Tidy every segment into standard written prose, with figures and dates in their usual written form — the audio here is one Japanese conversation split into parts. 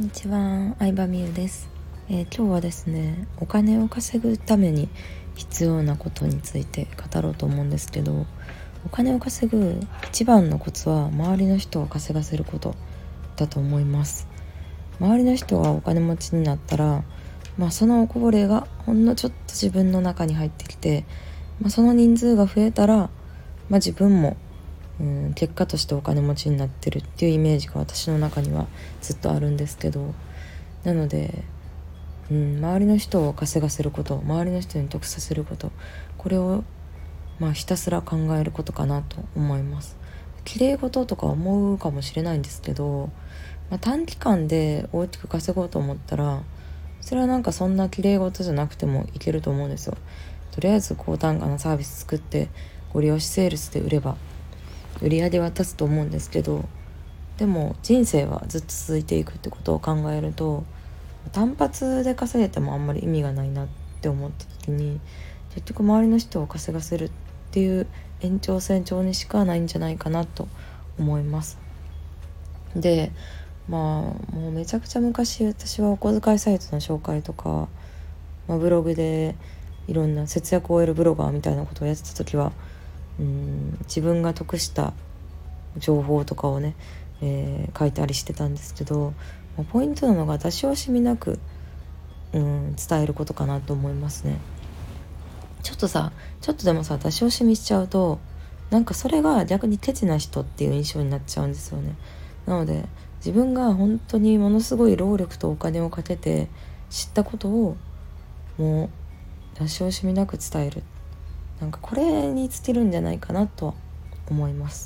にちは、相葉美優です。今日はですね、お金を稼ぐために必要なことについて語ろうと思うんですけど、お金を稼ぐ一番のコツは周りの人を稼がせることだと思います。周りの人がお金持ちになったら、そのおこぼれがほんのちょっと自分の中に入ってきて、その人数が増えたら、自分も結果としてお金持ちになってるっていうイメージが私の中にはずっとあるんですけど、なので、周りの人を稼がせること、周りの人に得させること、これをひたすら考えることかなと思います。綺麗事とか思うかもしれないんですけど、短期間で大きく稼ごうと思ったら、それはそんな綺麗事じゃなくてもいけると思うんですよ。とりあえず高単価なサービス作ってご利用しセールスで売れば売り上げは立つと思うんですけど、でも人生はずっと続いていくってことを考えると、単発で稼げてもあんまり意味がないなって思った時に、結局周りの人を稼がせるっていう延長線上にしかないんじゃないかなと思います。で、もうめちゃくちゃ昔、私はお小遣いサイトの紹介とか、ブログでいろんな節約を得るブロガーみたいなことをやってた時は、自分が得した情報とかをね、書いたりしてたんですけど、ポイントなのが出し惜しみなく、伝えることかなと思いますね。ちょっとでも出し惜しみしちゃうと、それが逆にケチな人っていう印象になっちゃうんですよね。なので自分が本当にものすごい労力とお金をかけて知ったことをもう出し惜しみなく伝える、これに尽きるんじゃないかなとは思います。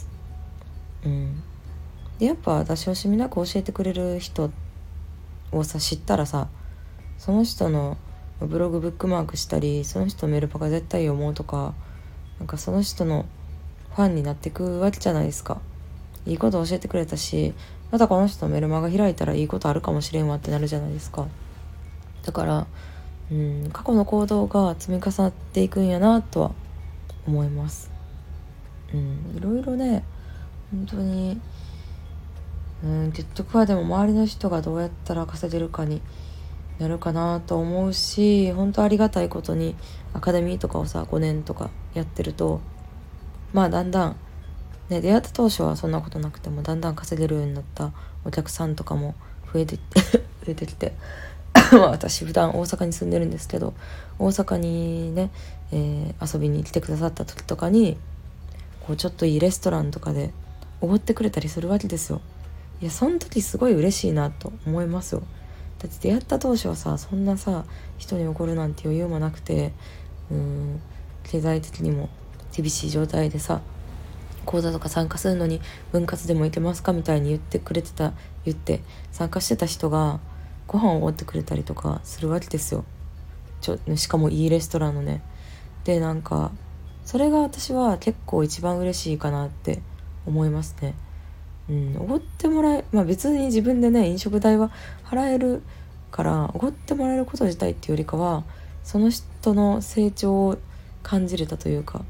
でやっぱ出し惜しみなく教えてくれる人を知ったらその人のブログブックマークしたり、その人のメルパが絶対読もうとか、その人のファンになっていくわけじゃないですか。いいこと教えてくれたし、またこの人のメルマガ開いたらいいことあるかもしれんわってなるじゃないですか。だから過去の行動が積み重なっていくんやなとは思います。いろいろね、本当に結局はでも周りの人がどうやったら稼げるかになるかなと思うし、本当ありがたいことにアカデミーとかを5年とかやってると、だんだんね、出会った当初はそんなことなくてもだんだん稼げるようになったお客さんとかも増えてきて私普段大阪に住んでるんですけど、大阪にね、遊びに来てくださった時とかにちょっといいレストランとかでおごってくれたりするわけですよ。いや、その時すごい嬉しいなと思いますよ。だって出会った当初はそんな人におごるなんて余裕もなくて、経済的にも厳しい状態で講座とか参加するのに分割でも行けますかみたいに言って参加してた人がご飯をおごってくれたりとかするわけですよ。しかもいいレストランのね。でそれが私は結構一番嬉しいかなって思いますね。おごってもらえ、別に自分でね飲食代は払えるからおごってもらえること自体っていうよりかは、その人の成長を感じれたというか、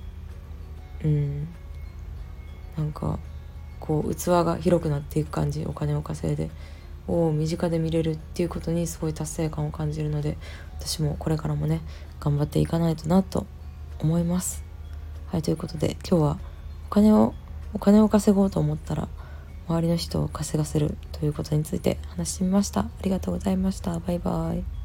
器が広くなっていく感じ、お金を稼いで身近で見れるっていうことにすごい達成感を感じるので、私もこれからもね頑張っていかないとなと思います。はい、ということで今日はお金を稼ごうと思ったら周りの人を稼がせるということについて話してみました。ありがとうございました。バイバイ。